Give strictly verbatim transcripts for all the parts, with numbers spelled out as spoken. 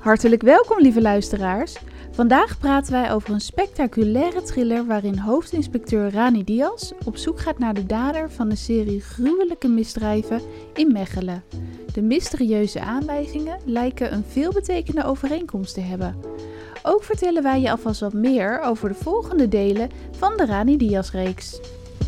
Hartelijk welkom, lieve luisteraars. Vandaag praten wij over een spectaculaire thriller waarin hoofdinspecteur Rani Diaz op zoek gaat naar de dader van de serie gruwelijke misdrijven in Mechelen. De mysterieuze aanwijzingen lijken een veelbetekende overeenkomst te hebben. Ook vertellen wij je alvast wat meer over de volgende delen van de Rani Diaz-reeks.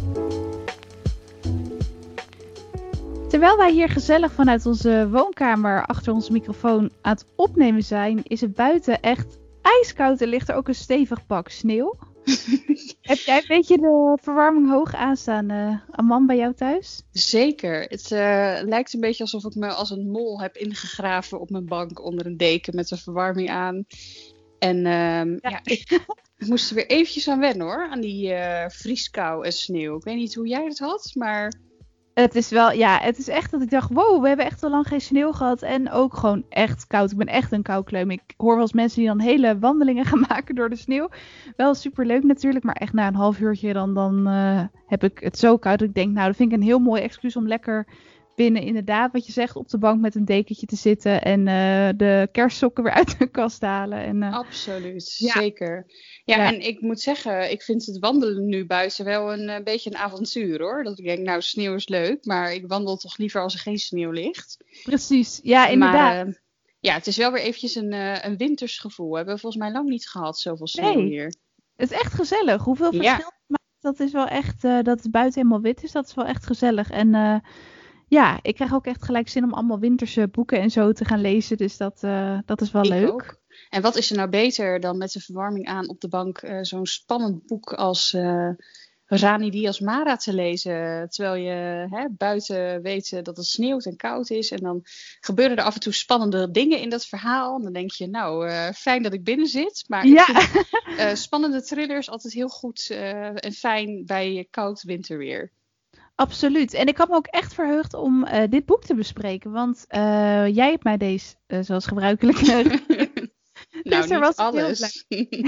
Terwijl wij hier gezellig vanuit onze woonkamer achter onze microfoon aan het opnemen zijn, is het buiten echt ijskoud en ligt er ook een stevig pak sneeuw. Heb jij een beetje de verwarming hoog aanstaan, uh, Aman, bij jou thuis? Zeker. Het uh, lijkt een beetje alsof ik me als een mol heb ingegraven op mijn bank onder een deken met de verwarming aan. En uh, ja. ja, ik, ik moest er weer eventjes aan wennen hoor, aan die uh, vrieskou en sneeuw. Ik weet niet hoe jij het had, maar... Het is wel, ja, het is echt dat ik dacht, wow, we hebben echt al lang geen sneeuw gehad. En ook gewoon echt koud. Ik ben echt een koukleum. Ik hoor wel eens mensen die dan hele wandelingen gaan maken door de sneeuw. Wel superleuk natuurlijk, maar echt na een half uurtje dan, dan uh, heb ik het zo koud dat ik denk, nou, dat vind ik een heel mooi excuus om lekker binnen inderdaad, wat je zegt, op de bank met een dekentje te zitten en uh, de kerstsokken weer uit de kast te halen. En, uh, Absoluut, ja. zeker. Ja, Ja. en ik moet zeggen, ik vind het wandelen nu buiten wel een, een beetje een avontuur hoor. Dat ik denk, nou, sneeuw is leuk, maar ik wandel toch liever als er geen sneeuw ligt. Precies, ja, inderdaad. Maar uh, ja, het is wel weer eventjes een, uh, een winters gevoel. We hebben volgens mij lang niet gehad, zoveel sneeuw Nee. hier. Het is echt gezellig. Hoeveel Ja. verschil het maakt, dat is wel echt, uh, dat het buiten helemaal wit is, dat is wel echt gezellig. En uh, ja, ik krijg ook echt gelijk zin om allemaal winterse boeken en zo te gaan lezen. Dus dat, uh, dat is wel Ik leuk. ook. En wat is er nou beter dan met de verwarming aan op de bank uh, zo'n spannend boek als uh, Rani Diaz Mara te lezen. Terwijl je hè, buiten weet dat het sneeuwt en koud is. En dan gebeuren er af en toe spannende dingen in dat verhaal. En dan denk je, nou, uh, fijn dat ik binnen zit. Maar Ja. ik vind uh, spannende thrillers altijd heel goed uh, en fijn bij koud winterweer. Absoluut. En ik had me ook echt verheugd om uh, dit boek te bespreken. Want uh, jij hebt mij deze, uh, zoals gebruikelijk... Nou, dus er niet was alles.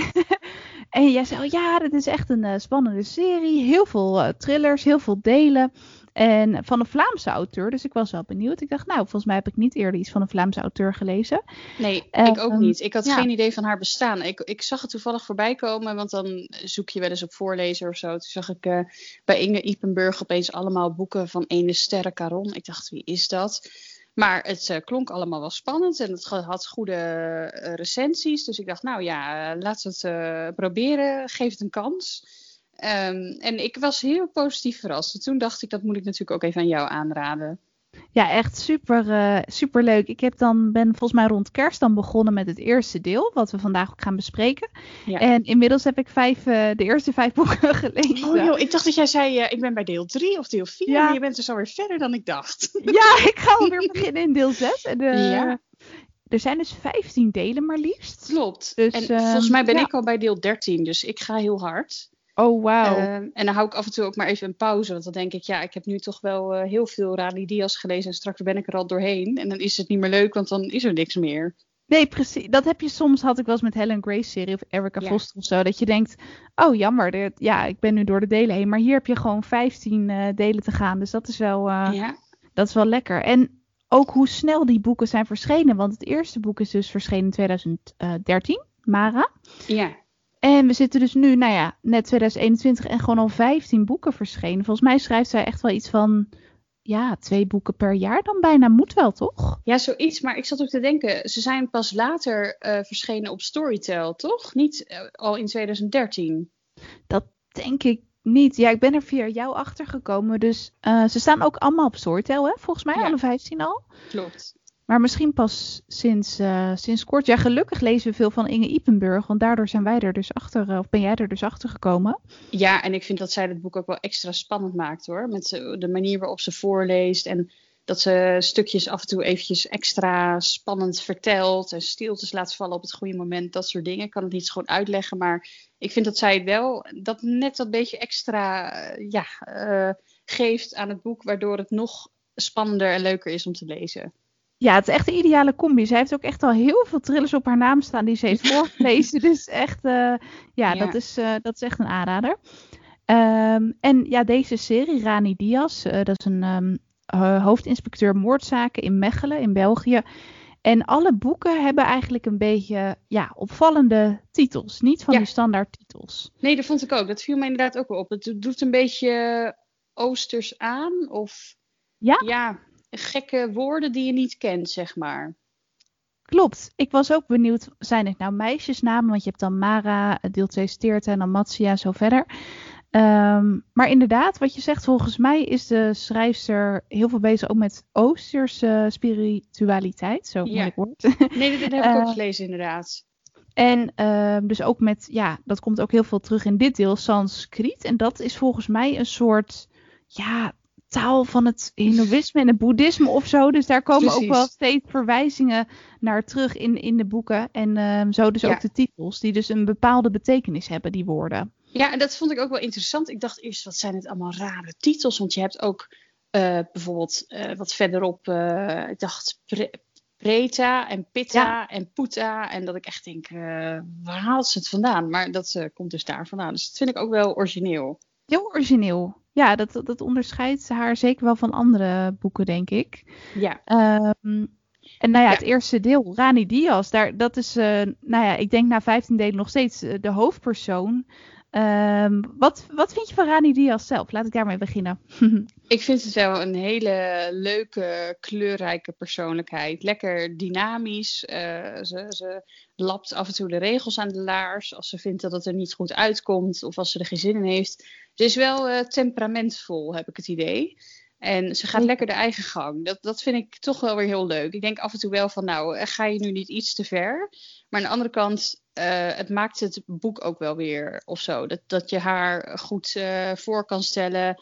En jij zei, oh ja, dit is echt een uh, spannende serie. Heel veel uh, thrillers, heel veel delen. En van een Vlaamse auteur. Dus ik was wel benieuwd. Ik dacht, nou, volgens mij heb ik niet eerder iets van een Vlaamse auteur gelezen. Nee, uh, ik ook um, niet. Ik had ja. geen idee van haar bestaan. Ik, ik zag het toevallig voorbij komen, want dan zoek je wel eens op voorlezer of zo. Toen zag ik uh, bij Inge Ipenburg opeens allemaal boeken van Ene Sterre Caron. Ik dacht, wie is dat? Maar het uh, klonk allemaal wel spannend en het had goede uh, recensies. Dus ik dacht, nou ja, uh, laten we het uh, proberen. Geef het een kans. Um, en ik was heel positief verrast. En toen dacht ik, dat moet ik natuurlijk ook even aan jou aanraden. Ja, echt super, uh, super leuk. Ik heb dan, ben volgens mij rond kerst dan begonnen met het eerste deel, wat we vandaag ook gaan bespreken. Ja. En inmiddels heb ik vijf, uh, de eerste vijf boeken gelezen. Oh joh, ik dacht dat jij zei, uh, ik ben bij deel drie of deel vier, ja. maar je bent dus alweer verder dan ik dacht. Ja, ik ga alweer beginnen in deel zes. En, uh, ja. Er zijn dus vijftien delen maar liefst. Klopt. Dus, en uh, volgens mij ben ja. ik al bij deel dertien, dus ik ga heel hard. Oh, wauw. Uh, en dan hou ik af en toe ook maar even een pauze. Want dan denk ik, ja, ik heb nu toch wel uh, heel veel Rani Diaz gelezen. En straks ben ik er al doorheen. En dan is het niet meer leuk, want dan is er niks meer. Nee, precies. Dat heb je soms, had ik wel eens met Helen Grace serie of Erica ja. Foster of zo. Dat je denkt, oh jammer, dit, ja, ik ben nu door de delen heen. Maar hier heb je gewoon vijftien uh, delen te gaan. Dus dat is wel, uh, ja. dat is wel lekker. En ook hoe snel die boeken zijn verschenen. Want het eerste boek is dus verschenen in tweeduizend dertien, Mara. Ja. En we zitten dus nu, nou ja, net tweeduizend eenentwintig en gewoon al vijftien boeken verschenen. Volgens mij schrijft zij echt wel iets van, ja, twee boeken per jaar dan bijna. Moet wel, toch? Ja, zoiets. Maar ik zat ook te denken, ze zijn pas later uh, verschenen op Storytel, toch? Niet uh, al in tweeduizend dertien. Dat denk ik niet. Ja, ik ben er via jou achtergekomen. Dus uh, ze staan ook allemaal op Storytel, hè? Volgens mij, ja. Alle vijftien al. Klopt. Maar misschien pas sinds, uh, sinds kort. Ja, gelukkig lezen we veel van Inge Ipenburg. Want daardoor zijn wij er dus achter. Uh, of ben jij er dus achter gekomen? Ja, en ik vind dat zij het boek ook wel extra spannend maakt hoor. Met de manier waarop ze voorleest. En dat ze stukjes af en toe eventjes extra spannend vertelt. En stiltes laat vallen op het goede moment. Dat soort dingen. Ik kan het niet gewoon uitleggen. Maar ik vind dat zij het wel dat net dat beetje extra uh, ja, uh, geeft aan het boek. Waardoor het nog spannender en leuker is om te lezen. Ja, het is echt de ideale combi. Zij heeft ook echt al heel veel thrillers op haar naam staan die ze heeft voorgelezen. Dus echt, uh, ja, ja. Dat, is, uh, dat is echt een aanrader. Um, en ja, deze serie, Rani Diaz, uh, dat is een um, uh, hoofdinspecteur moordzaken in Mechelen in België. En alle boeken hebben eigenlijk een beetje ja, opvallende titels. Niet van Ja. die standaard titels. Nee, dat vond ik ook. Dat viel me inderdaad ook wel op. Het doet een beetje oosters aan. Of Ja, ja, gekke woorden die je niet kent, zeg maar. klopt. Ik was ook benieuwd, zijn het nou meisjesnamen? Want je hebt dan Mara, deel twee Steerte en dan Matsia, zo verder. Um, maar inderdaad, wat je zegt, volgens mij is de schrijfster heel veel bezig ook met Oosterse spiritualiteit. Zo Ja. moeilijk woord. Nee, dat, dat heb ik ook Eh, gelezen, inderdaad. En uh, dus ook met, ja, dat komt ook heel veel terug in dit deel, Sanskriet. En dat is volgens mij een soort, ja, taal van het Hindoeïsme en het Boeddhisme of zo. Dus daar komen Precies. ook wel steeds verwijzingen naar terug in, in de boeken. En uh, zo dus Ja. ook de titels, die dus een bepaalde betekenis hebben, die woorden. Ja, en dat vond ik ook wel interessant. Ik dacht eerst, wat zijn het allemaal rare titels? Want je hebt ook uh, bijvoorbeeld uh, wat verderop, uh, ik dacht pre- Preta en Pitta Ja. en Puta. En dat ik echt denk, uh, waar haalt ze het vandaan? Maar dat uh, komt dus daar vandaan. Dus dat vind ik ook wel origineel. Heel origineel. Ja, dat, dat onderscheidt haar zeker wel van andere boeken, denk ik. Ja. Um, en nou ja, Ja. het eerste deel, Rani Diaz, daar, dat is, uh, nou ja, ik denk na vijftien delen nog steeds uh, de hoofdpersoon. Um, wat, wat vind je van Rani Diaz zelf? Laat ik daarmee beginnen. Ik vind het wel een hele leuke, kleurrijke persoonlijkheid. Lekker dynamisch. Uh, ze, ze lapt af en toe de regels aan de laars. Als ze vindt dat het er niet goed uitkomt. Of als ze er geen zin in heeft. Ze is wel uh, temperamentvol, heb ik het idee. En ze gaat lekker de eigen gang. Dat, dat vind ik toch wel weer heel leuk. Ik denk af en toe wel van, nou, ga je nu niet iets te ver? Maar aan de andere kant, uh, het maakt het boek ook wel weer of zo. Dat, dat je haar goed uh, voor kan stellen.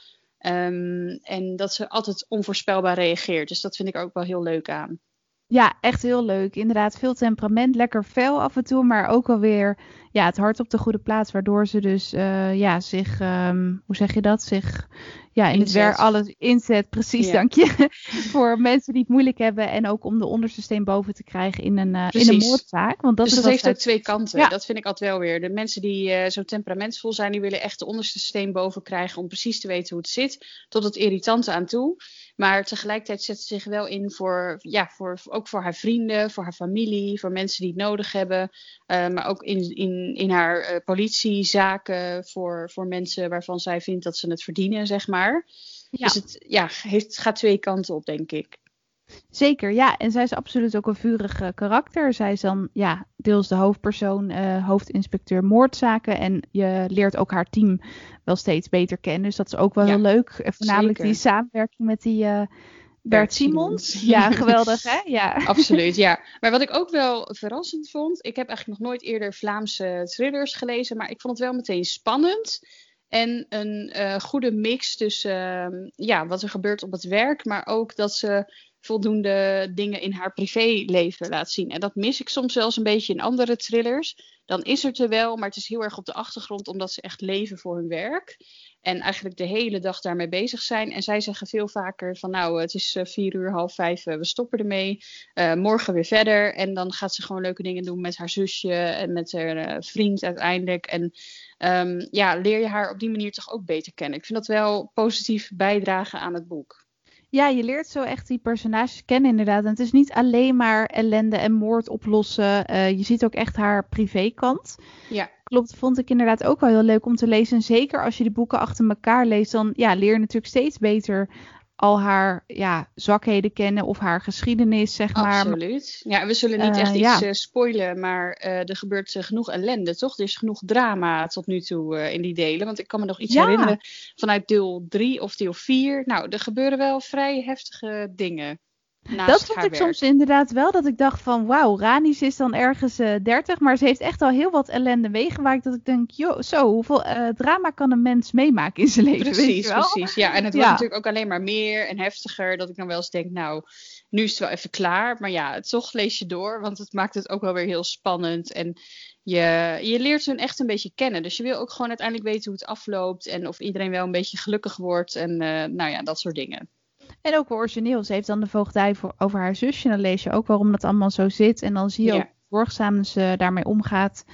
Um, en dat ze altijd onvoorspelbaar reageert. Dus dat vind ik ook wel heel leuk aan. Ja, echt heel leuk. Inderdaad, veel temperament, lekker fel af en toe, maar ook alweer ja, het hart op de goede plaats, waardoor ze dus uh, ja, zich, um, hoe zeg je dat, zich ja, in Inzet. het werk alles inzet, precies, Ja. dank je, voor mensen die het moeilijk hebben en ook om de onderste steen boven te krijgen in een, uh, in een moordzaak. Want dat dus is dat heeft zij... ook twee kanten. Ja. Dat vind ik altijd wel weer. De mensen die uh, zo temperamentvol zijn, die willen echt de onderste steen boven krijgen om precies te weten hoe het zit, tot het irritante aan toe. Maar tegelijkertijd zet ze zich wel in voor, ja, voor, ook voor haar vrienden, voor haar familie, voor mensen die het nodig hebben. Uh, maar ook in, in, in haar uh, politiezaken, voor, voor mensen waarvan zij vindt dat ze het verdienen, zeg maar. Ja. Dus het ja, heeft, het gaat twee kanten op, denk ik. Zeker, ja. En zij is absoluut ook een vurig uh, karakter. Zij is dan ja, deels de hoofdpersoon, uh, hoofdinspecteur moordzaken. En je leert ook haar team wel steeds beter kennen. Dus dat is ook wel Ja, heel leuk. En voornamelijk zeker. die samenwerking met die uh, Bert, Bert Simons. Simons. Ja, geweldig hè? Ja. Absoluut, ja. Maar wat ik ook wel verrassend vond. Ik heb eigenlijk nog nooit eerder Vlaamse thrillers gelezen. Maar ik vond het wel meteen spannend. En een uh, goede mix tussen uh, ja, wat er gebeurt op het werk. Maar ook dat ze voldoende dingen in haar privéleven laat zien. En dat mis ik soms zelfs een beetje in andere thrillers. Dan is het er wel, maar het is heel erg op de achtergrond, omdat ze echt leven voor hun werk. En eigenlijk de hele dag daarmee bezig zijn. En zij zeggen veel vaker van nou, het is uh, vier uur, half vijf, uh, we stoppen ermee. Uh, morgen weer verder. En dan gaat ze gewoon leuke dingen doen met haar zusje en met haar uh, vriend uiteindelijk. En um, ja, leer je haar op die manier toch ook beter kennen. Ik vind dat wel positief bijdragen aan het boek. Ja, je leert zo echt die personages kennen inderdaad. En het is niet alleen maar ellende en moord oplossen. Uh, je ziet ook echt haar privékant. Ja. Klopt, vond ik inderdaad ook wel heel leuk om te lezen. En zeker als je de boeken achter elkaar leest, dan ja, leer je natuurlijk steeds beter al haar ja, zwakheden kennen of haar geschiedenis, zeg maar. Absoluut. Ja, we zullen niet uh, echt ja. iets uh, spoilen, maar uh, er gebeurt uh, genoeg ellende, toch? Er is genoeg drama tot nu toe uh, in die delen. Want ik kan me nog iets ja. herinneren vanuit deel drie of deel vier. Nou, er gebeuren wel vrij heftige dingen. Naast dat vond haar ik werk. soms inderdaad wel, dat ik dacht van wauw, Rani's is dan ergens uh, dertig, maar ze heeft echt al heel wat ellende meegemaakt, dat ik denk, joh, zo, hoeveel uh, drama kan een mens meemaken in zijn leven, Precies, weet je wel? precies. Ja, en het ja. wordt natuurlijk ook alleen maar meer en heftiger, dat ik dan wel eens denk, nou, nu is het wel even klaar. Maar ja, toch lees je door, want het maakt het ook wel weer heel spannend. En je, je leert hun echt een beetje kennen. Dus je wil ook gewoon uiteindelijk weten hoe het afloopt en of iedereen wel een beetje gelukkig wordt en uh, nou ja, dat soort dingen. En ook wel origineel. Ze heeft dan de voogdij voor, over haar zusje. Dan lees je ook waarom dat allemaal zo zit. En dan zie je Ja. ook hoe zorgzaam ze daarmee omgaat.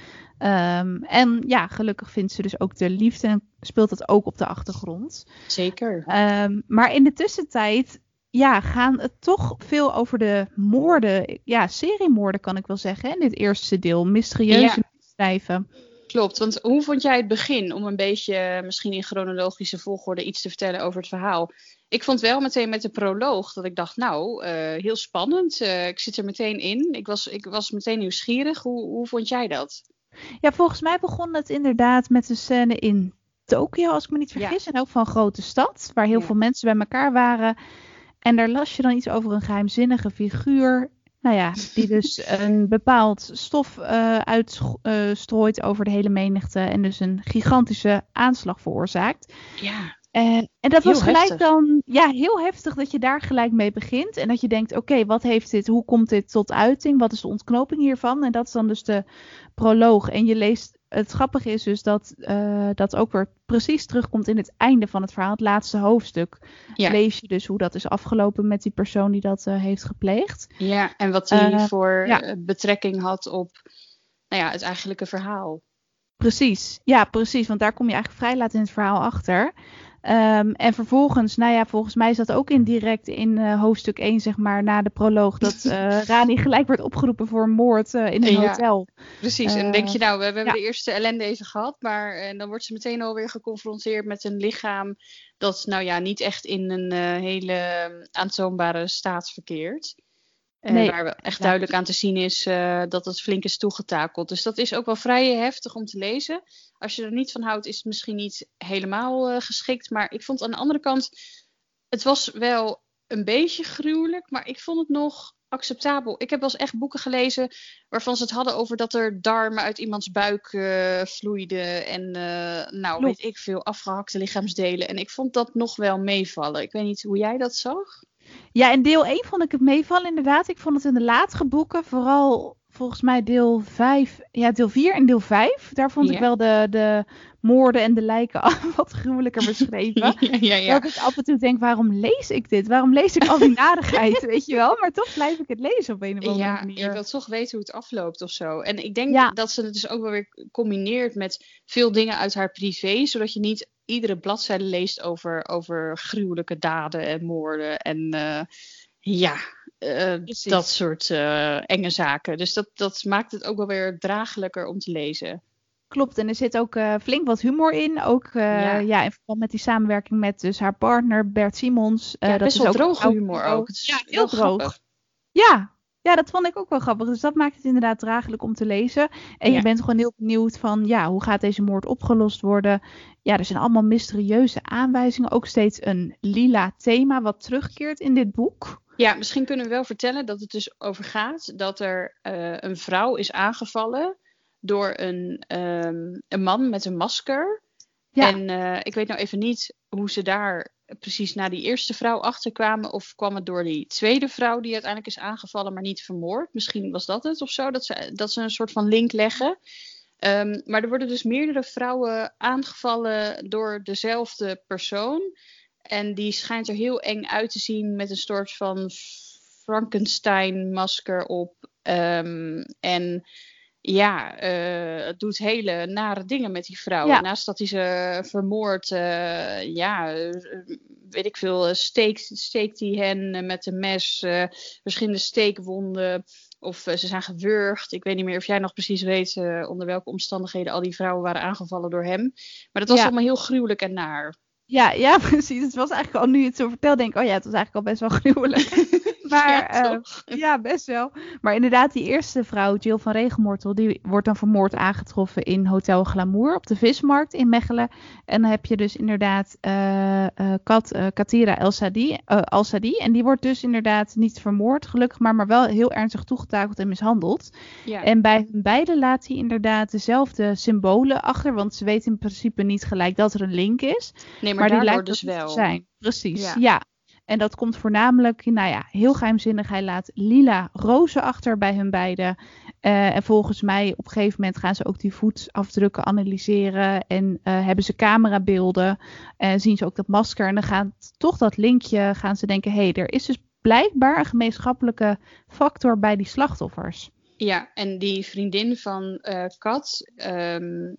Um, en ja, gelukkig vindt ze dus ook de liefde. En speelt dat ook op de achtergrond. Zeker. Um, maar in de tussentijd ja, gaan het toch veel over de moorden. Ja, seriemoorden kan ik wel zeggen. In dit eerste deel. Mysterieuze Ja, misdrijven. klopt. Want hoe vond jij het begin? Om een beetje eh, misschien in chronologische volgorde iets te vertellen over het verhaal. Ik vond wel meteen met de proloog dat ik dacht, nou, eh, heel spannend. Eh, ik zit er meteen in. Ik was, ik was meteen nieuwsgierig. Hoe, hoe vond jij dat? Ja, volgens mij begon het inderdaad met een scène in Tokio, als ik me niet Ja, vergis. En ook van een grote stad, waar heel ja, veel mensen bij elkaar waren. En daar las je dan iets over een geheimzinnige figuur. Nou ja, die dus een bepaald stof eh uitstrooit over de hele menigte. En dus een gigantische aanslag veroorzaakt. ja, Eh, en dat was heel gelijk heftig. dan, ja, heel heftig dat je daar gelijk mee begint. En dat je denkt, oké, wat heeft dit, hoe komt dit tot uiting? Wat is de ontknoping hiervan? En dat is dan dus de proloog. En je leest, het grappige is dus dat eh, dat ook weer precies terugkomt in het einde van het verhaal. Het laatste hoofdstuk Ja, lees je dus hoe dat is afgelopen met die persoon die dat eh, heeft gepleegd. ja. En wat hij Eh, voor ja, eh, betrekking had op, nou ja, het eigenlijke verhaal. precies. Ja, precies. Want daar kom je eigenlijk vrij laat in het verhaal achter. Um, en vervolgens, nou ja, volgens mij is dat ook indirect in uh, hoofdstuk één, zeg maar, na de proloog, dat uh, Rani gelijk werd opgeroepen voor een moord uh, in een Ja, hotel. precies. En dan denk Uh, je, nou, we, we hebben ja, de eerste ellende even gehad, maar en dan wordt ze meteen alweer geconfronteerd met een lichaam dat, nou ja, niet echt in een uh, hele um, aantoonbare staat verkeert. Uh, nee, waar wel echt inderdaad. duidelijk aan te zien is uh, dat het flink is toegetakeld. Dus dat is ook wel vrij heftig om te lezen. Als je er niet van houdt, is het misschien niet helemaal uh, geschikt. Maar ik vond aan de andere kant, het was wel een beetje gruwelijk, maar ik vond het nog acceptabel. Ik heb wel eens echt boeken gelezen waarvan ze het hadden over dat er darmen uit iemands buik uh, vloeiden. En uh, nou, weet Klopt. ik veel, afgehakte lichaamsdelen. En ik vond dat nog wel meevallen. Ik weet niet hoe jij dat zag. Ja, in deel één vond ik het meevallen inderdaad. Ik vond het in de latere boeken, vooral volgens mij deel vijf, ja, deel vier en deel vijf. Daar vond ik Ja. wel de, de moorden en de lijken wat gruwelijker beschreven. ja, ja, ja. Dat ik af en toe denk, waarom lees ik dit? Waarom lees ik al die narigheid, weet je wel? Maar toch blijf ik het lezen op een of andere Ja, je manier. wilt toch weten hoe het afloopt of zo. En ik denk Ja, dat ze het dus ook wel weer combineert met veel dingen uit haar privé, zodat je niet iedere bladzijde leest over, over gruwelijke daden en moorden en uh, ja, uh, dat precies. soort uh, enge zaken. Dus dat, dat maakt het ook wel weer draaglijker om te lezen. Klopt, en er zit ook uh, flink wat humor in. Ook uh, Ja, ja, in verband met die samenwerking met dus haar partner Bert Simons. Uh, ja dat best is wel ook een droge oud humor duo. ook. Het Ja, is heel wel droog. grappig. Ja. Ja, dat vond ik ook wel grappig. Dus dat maakt het inderdaad draaglijk om te lezen. En je Ja. bent gewoon heel benieuwd van, ja, hoe gaat deze moord opgelost worden? Ja, er zijn allemaal mysterieuze aanwijzingen. Ook steeds een lila thema wat terugkeert in dit boek. Ja, misschien kunnen we wel vertellen dat het dus over gaat dat er uh, een vrouw is aangevallen door een, um, een man met een masker. Ja. En uh, ik weet nou even niet hoe ze daar precies na die eerste vrouw achterkwamen. Of kwam het door die tweede vrouw die uiteindelijk is aangevallen, maar niet vermoord. Misschien was dat het of zo, dat ze, dat ze een soort van link leggen. Um, maar er worden dus meerdere vrouwen aangevallen door dezelfde persoon. En die schijnt er heel eng uit te zien met een soort van Frankenstein-masker op. Um, en ja, uh, het doet hele nare dingen met die vrouwen. Ja. Naast dat hij ze vermoordt, uh, ja, uh, weet ik veel, steekt, steekt hij hen met een mes, uh, verschillende steekwonden. Of uh, ze zijn gewurgd. Ik weet niet meer of jij nog precies weet uh, onder welke omstandigheden al die vrouwen waren aangevallen door hem. Maar dat was Ja. allemaal heel gruwelijk en naar. Ja, ja, precies. Het was eigenlijk al, nu je het zo vertelt, denk ik, oh ja, het was eigenlijk al best wel gruwelijk. Maar ja, uh, toch? ja, best wel. Maar inderdaad, die eerste vrouw, Jill van Regenmortel, die wordt dan vermoord aangetroffen in Hotel Glamour op de Vismarkt in Mechelen. En dan heb je dus inderdaad uh, uh, Kat, uh, Katira El-Sadi, uh, Al-Sadi. En die wordt dus inderdaad niet vermoord, gelukkig, maar, maar wel heel ernstig toegetakeld en mishandeld. Ja. En bij hun beiden laat hij inderdaad dezelfde symbolen achter, want ze weten in principe niet gelijk dat er een link is. Nee, maar, Maar die daardoor lijkt dus dat wel. te zijn. Precies, Ja. ja. En dat komt voornamelijk, nou ja, heel geheimzinnig. Hij laat lila rozen achter bij hun beiden. Uh, en volgens mij op een gegeven moment gaan ze ook die voetafdrukken analyseren. En uh, hebben ze camerabeelden. En uh, zien ze ook dat masker. En dan gaat toch dat linkje, gaan ze denken, hé, hey, er is dus blijkbaar een gemeenschappelijke factor bij die slachtoffers. Ja, en die vriendin van uh, Kat, um,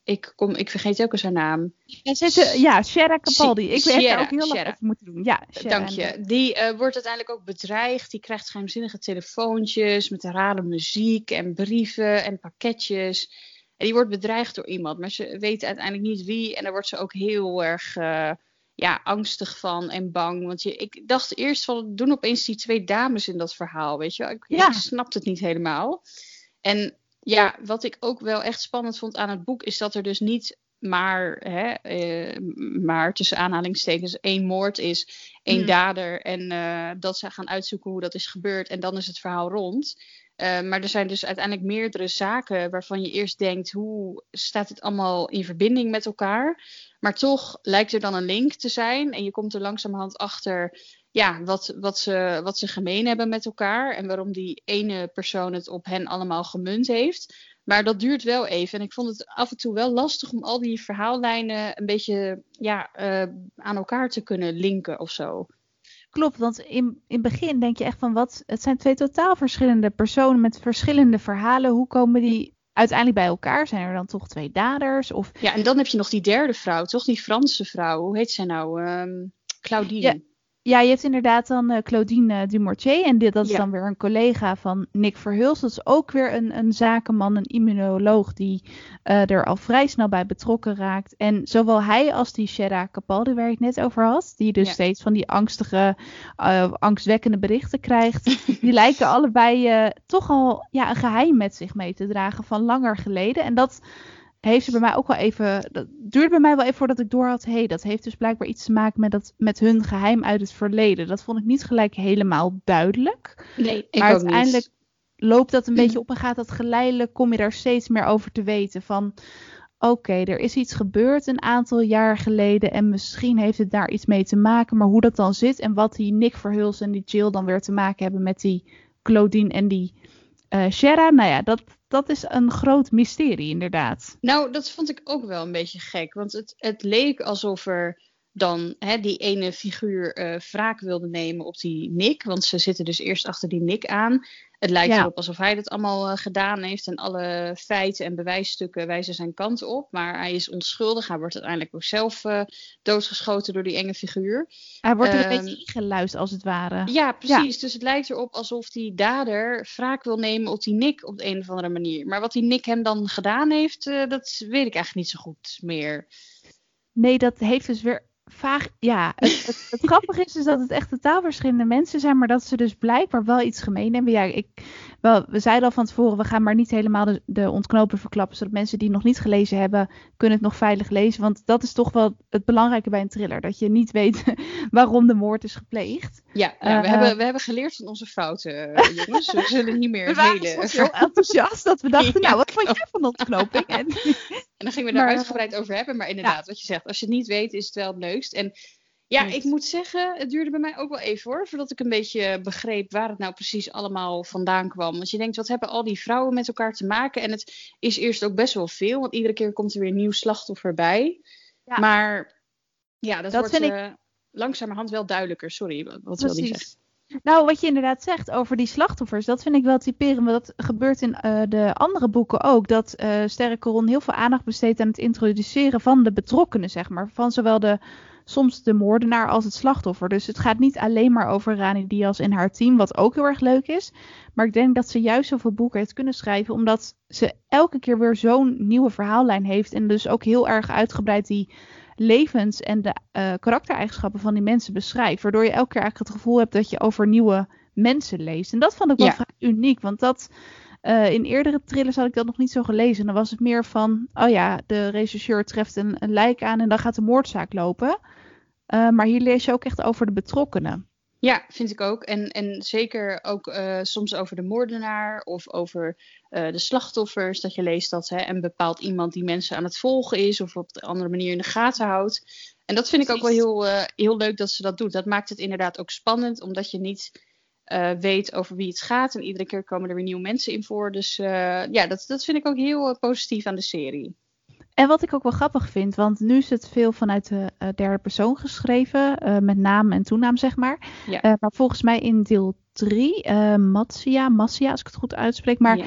ik, kom, ik vergeet ook eens haar naam. En ze heette, ja, Shera Capaldi. Ik weet Sierra, er ook heel lang Sierra. over moeten doen. Ja, Sierra, Dank je. Die uh, wordt uiteindelijk ook bedreigd. Die krijgt geheimzinnige telefoontjes met rare muziek en brieven en pakketjes. En die wordt bedreigd door iemand, maar ze weet uiteindelijk niet wie. En daar wordt ze ook heel erg uh, ja, angstig van en bang. Want je, ik dacht eerst van, doen opeens die twee dames in dat verhaal, weet je. Ik, Ja. ik snapte het niet helemaal. En ja, wat ik ook wel echt spannend vond aan het boek, is dat er dus niet maar, hè, uh, maar tussen aanhalingstekens één moord is, één Hmm. dader. En uh, dat ze gaan uitzoeken hoe dat is gebeurd. En dan is het verhaal rond. Uh, maar er zijn dus uiteindelijk meerdere zaken waarvan je eerst denkt, hoe staat het allemaal in verbinding met elkaar? Maar toch lijkt er dan een link te zijn. En je komt er langzamerhand achter, ja, wat, wat, ze, wat ze gemeen hebben met elkaar. En waarom die ene persoon het op hen allemaal gemunt heeft. Maar dat duurt wel even. En ik vond het af en toe wel lastig om al die verhaallijnen een beetje ja, uh, aan elkaar te kunnen linken of zo. Klopt, want in, in het begin denk je echt van wat, het zijn twee totaal verschillende personen met verschillende verhalen. Hoe komen die uiteindelijk bij elkaar? Zijn er dan toch twee daders? Of... Ja, en dan heb je nog die derde vrouw, toch? Die Franse vrouw. Hoe heet zij nou? Um, Claudine. Ja. Ja, je hebt inderdaad dan uh, Claudine Dumortier. En dit, dat is ja. dan weer een collega van Nick Verhulst. Dat is ook weer een, een zakenman, een immunoloog die uh, er al vrij snel bij betrokken raakt. En zowel hij als die Shera Capaldi, waar ik het net over had, die dus ja. steeds van die angstige, uh, angstwekkende berichten krijgt. Die lijken allebei uh, toch al ja, een geheim met zich mee te dragen van langer geleden. En dat... heeft ze bij mij ook wel even, dat duurde bij mij wel even voordat ik door had, hé, hey, dat heeft dus blijkbaar iets te maken met, dat, met hun geheim uit het verleden. Dat vond ik niet gelijk helemaal duidelijk. Nee, ik maar ook uiteindelijk niet. loopt dat een beetje op en gaat dat geleidelijk, kom je daar steeds meer over te weten van, oké, okay, er is iets gebeurd een aantal jaar geleden en misschien heeft het daar iets mee te maken, maar hoe dat dan zit en wat die Nick Verhulst en die Jill dan weer te maken hebben met die Claudine en die uh, Shera, nou ja, dat... Dat is een groot mysterie, inderdaad. Nou, dat vond ik ook wel een beetje gek. Want het, het leek alsof er dan hè, die ene figuur uh, wraak wilde nemen op die Nick. Want ze zitten dus eerst achter die Nick aan. Het lijkt ja. erop alsof hij dat allemaal uh, gedaan heeft. En alle feiten en bewijsstukken wijzen zijn kant op. Maar hij is onschuldig. Hij wordt uiteindelijk ook zelf uh, doodgeschoten door die enge figuur. Hij wordt er uh, een beetje ingeluisterd als het ware. Ja, precies. Ja. Dus het lijkt erop alsof die dader wraak wil nemen op die Nick op de een of andere manier. Maar wat die Nick hem dan gedaan heeft, uh, dat weet ik eigenlijk niet zo goed meer. Nee, dat heeft dus weer... Vaag, ja, het, het, het grappige is, is dat het echt totaal verschillende mensen zijn, maar dat ze dus blijkbaar wel iets gemeen hebben. Ja, ik, wel, we zeiden al van tevoren, we gaan maar niet helemaal de, de ontknopen verklappen, zodat mensen die het nog niet gelezen hebben, kunnen het nog veilig lezen. Want dat is toch wel het belangrijke bij een thriller, dat je niet weet waarom de moord is gepleegd. Ja, ja uh, we, hebben, we hebben geleerd van onze fouten, uh, jongens. We zullen niet meer we waren hele... zo enthousiast dat we dachten, ja, nou, wat vond jij van de ontknoping? En, en dan gingen we daar maar, uitgebreid over hebben, maar inderdaad, ja. wat je zegt, als je het niet weet, is het wel het leukst. En ja, ik moet zeggen, het duurde bij mij ook wel even hoor, voordat ik een beetje begreep waar het nou precies allemaal vandaan kwam. Want je denkt, wat hebben al die vrouwen met elkaar te maken? En het is eerst ook best wel veel, want iedere keer komt er weer een nieuw slachtoffer bij. Ja. Maar ja, dat, dat wordt uh, ik... langzamerhand wel duidelijker. Sorry, wat wil je zeggen? Nou, wat je inderdaad zegt over die slachtoffers, dat vind ik wel typerend. Maar dat gebeurt in uh, de andere boeken ook. Dat uh, Sterre Caron heel veel aandacht besteedt aan het introduceren van de betrokkenen, zeg maar. Van zowel de, soms de moordenaar als het slachtoffer. Dus het gaat niet alleen maar over Rani Diaz en haar team, wat ook heel erg leuk is. Maar ik denk dat ze juist zoveel boeken heeft kunnen schrijven, omdat ze elke keer weer zo'n nieuwe verhaallijn heeft. En dus ook heel erg uitgebreid die levens en de uh, karaktereigenschappen van die mensen beschrijft. Waardoor je elke keer eigenlijk het gevoel hebt dat je over nieuwe mensen leest. En dat vond ik wel ja. vrij uniek. Want dat uh, in eerdere thrillers had ik dat nog niet zo gelezen. En dan was het meer van, oh ja, de rechercheur treft een, een lijk aan en dan gaat de moordzaak lopen. Uh, maar hier lees je ook echt over de betrokkenen. Ja, vind ik ook. En, en zeker ook uh, soms over de moordenaar of over uh, de slachtoffers. Dat je leest dat hè, een bepaald iemand die mensen aan het volgen is of op een andere manier in de gaten houdt. En dat vind Precies. ik ook wel heel, uh, heel leuk dat ze dat doet. Dat maakt het inderdaad ook spannend, omdat je niet uh, weet over wie het gaat. En iedere keer komen er weer nieuwe mensen in voor. Dus uh, ja, dat, dat vind ik ook heel uh, positief aan de serie. En wat ik ook wel grappig vind, want nu is het veel vanuit de uh, derde persoon geschreven, uh, met naam en toenaam zeg maar. Ja. Uh, maar volgens mij in deel drie, uh, Matsia, Massia als ik het goed uitspreek, maar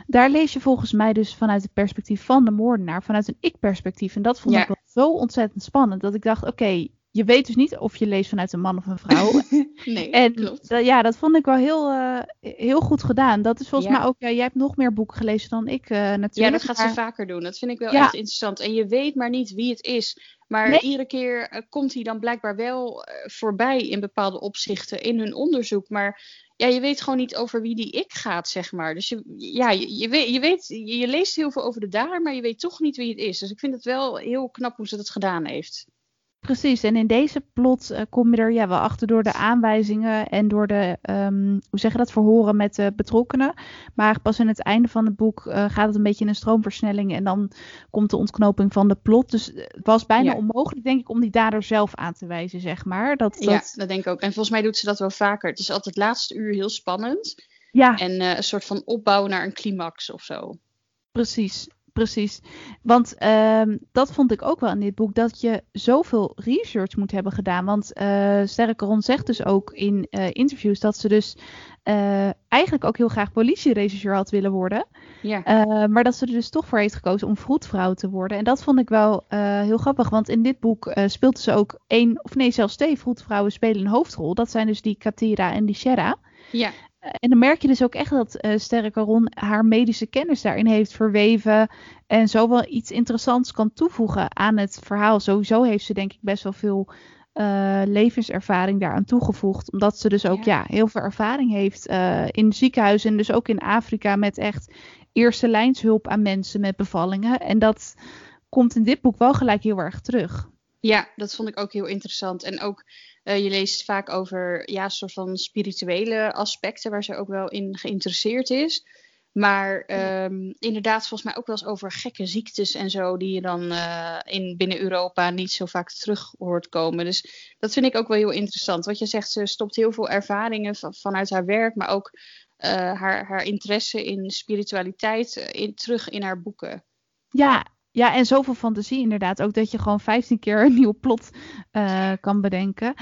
Daar lees je volgens mij dus vanuit het perspectief van de moordenaar, vanuit een ik-perspectief. En dat vond Ja. ik wel zo ontzettend spannend, dat ik dacht, oké, okay, je weet dus niet of je leest vanuit een man of een vrouw. Nee, en klopt. d- ja, dat vond ik wel heel, uh, heel goed gedaan. Dat is volgens Ja. mij ook, ja, jij hebt nog meer boeken gelezen dan ik uh, natuurlijk. Ja, dat gaat maar... ze vaker doen. Dat vind ik wel ja. echt interessant. En je weet maar niet wie het is. Maar nee. iedere keer uh, komt hij dan blijkbaar wel uh, voorbij in bepaalde opzichten in hun onderzoek. Maar ja, je weet gewoon niet over wie die ik gaat, zeg maar. Dus je, ja, je, je, weet, je, weet, je, je leest heel veel over de dader, maar je weet toch niet wie het is. Dus ik vind het wel heel knap hoe ze dat gedaan heeft. Precies, en in deze plot uh, kom je er ja, wel achter door de aanwijzingen en door de, um, hoe zeg je dat, verhoren met de betrokkenen. Maar pas in het einde van het boek uh, gaat het een beetje in een stroomversnelling en dan komt de ontknoping van de plot. Dus het was bijna Ja. onmogelijk, denk ik, om die dader zelf aan te wijzen, zeg maar. Dat, dat... Ja, dat denk ik ook. En volgens mij doet ze dat wel vaker. Het is altijd het laatste uur heel spannend. Ja. En uh, een soort van opbouw naar een climax of zo. Precies. Precies, want um, dat vond ik ook wel in dit boek, dat je zoveel research moet hebben gedaan. Want uh, Sterre Caron zegt dus ook in uh, interviews dat ze dus uh, eigenlijk ook heel graag politierechercheur had willen worden. Ja. Uh, maar dat ze er dus toch voor heeft gekozen om vroedvrouw te worden. En dat vond ik wel uh, heel grappig, want in dit boek uh, speelt ze ook één, of nee, zelfs twee vroedvrouwen spelen een hoofdrol. Dat zijn dus die Katira en die Shera. Ja. En dan merk je dus ook echt dat uh, Sterre Caron haar medische kennis daarin heeft verweven. En zo wel iets interessants kan toevoegen aan het verhaal. Sowieso heeft ze denk ik best wel veel uh, levenservaring daaraan toegevoegd. Omdat ze dus ook ja. Ja, heel veel ervaring heeft uh, in ziekenhuizen. En dus ook in Afrika met echt eerste lijnshulp aan mensen met bevallingen. En dat komt in dit boek wel gelijk heel erg terug. Ja, dat vond ik ook heel interessant. En ook, uh, je leest vaak over ja, soort van spirituele aspecten waar ze ook wel in geïnteresseerd is. Maar um, inderdaad, volgens mij ook wel eens over gekke ziektes en zo, die je dan uh, in, binnen Europa niet zo vaak terug hoort komen. Dus dat vind ik ook wel heel interessant. Wat je zegt, ze stopt heel veel ervaringen van, vanuit haar werk, maar ook uh, haar, haar interesse in spiritualiteit uh, in, terug in haar boeken. Ja. Ja, en zoveel fantasie inderdaad. Ook dat je gewoon vijftien keer een nieuw plot uh, kan bedenken.